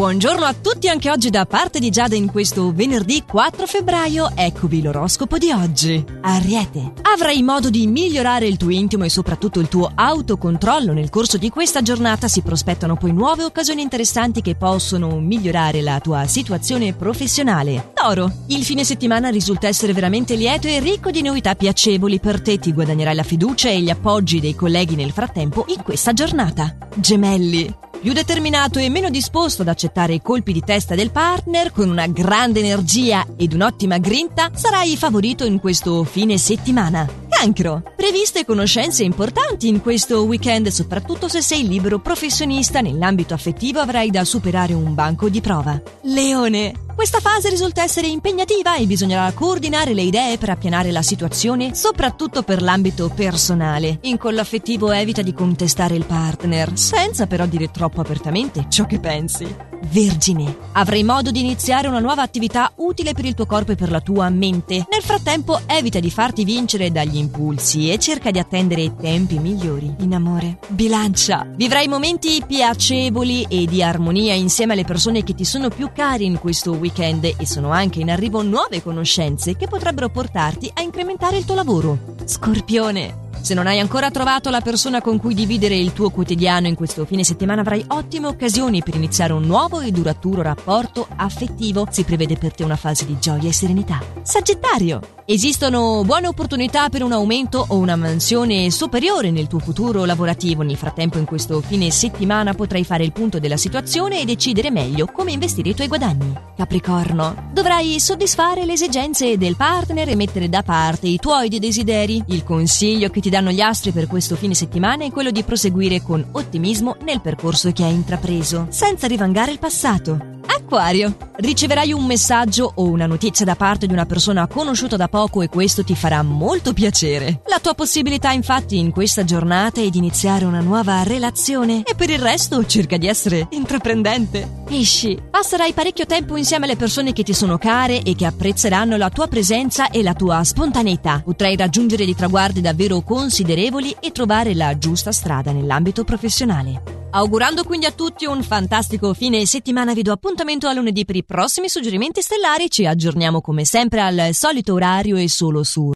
Buongiorno a tutti anche oggi da parte di Giada in questo venerdì 4 febbraio. Eccovi l'oroscopo di oggi. Ariete. Avrai modo di migliorare il tuo intimo e soprattutto il tuo autocontrollo nel corso di questa giornata. Si prospettano poi nuove occasioni interessanti che possono migliorare la tua situazione professionale. Toro. Il fine settimana risulta essere veramente lieto e ricco di novità piacevoli per te. Ti guadagnerai la fiducia e gli appoggi dei colleghi nel frattempo in questa giornata. Gemelli. Più determinato e meno disposto ad accettare i colpi di testa del partner, con una grande energia ed un'ottima grinta, sarai favorito in questo fine settimana. Cancro. Previste conoscenze importanti in questo weekend, soprattutto se sei libero professionista. Nell'ambito affettivo avrai da superare un banco di prova. Leone. Questa fase risulta essere impegnativa e bisognerà coordinare le idee per appianare la situazione, soprattutto per l'ambito personale. In quello affettivo evita di contestare il partner, senza però dire troppo apertamente ciò che pensi. Vergine. Avrai modo di iniziare una nuova attività utile per il tuo corpo e per la tua mente. Nel frattempo evita di farti vincere dagli impulsi e cerca di attendere tempi migliori in amore. Bilancia. Vivrai momenti piacevoli e di armonia insieme alle persone che ti sono più cari in questo weekend e sono anche in arrivo nuove conoscenze che potrebbero portarti a incrementare il tuo lavoro. Scorpione. Se non hai ancora trovato la persona con cui dividere il tuo quotidiano in questo fine settimana, avrai ottime occasioni per iniziare un nuovo e duraturo rapporto affettivo. Si prevede per te una fase di gioia e serenità. Sagittario. Esistono buone opportunità per un aumento o una mansione superiore nel tuo futuro lavorativo. Nel frattempo, in questo fine settimana potrai fare il punto della situazione e decidere meglio come investire i tuoi guadagni. Capricorno. Dovrai soddisfare le esigenze del partner e mettere da parte i tuoi desideri. Il consiglio che ti danno gli astri per questo fine settimana è quello di proseguire con ottimismo nel percorso che hai intrapreso, senza rivangare il passato. Acquario. Riceverai un messaggio o una notizia da parte di una persona conosciuta da poco e questo ti farà molto piacere. La tua possibilità infatti in questa giornata è di iniziare una nuova relazione e per il resto cerca di essere intraprendente. Pesci. Passerai parecchio tempo insieme alle persone che ti sono care e che apprezzeranno la tua presenza e la tua spontaneità. Potrai raggiungere dei traguardi davvero considerevoli e trovare la giusta strada nell'ambito professionale. Augurando quindi a tutti un fantastico fine settimana, vi do appuntamento a lunedì per i prossimi suggerimenti stellari. Ci aggiorniamo come sempre al solito orario e solo su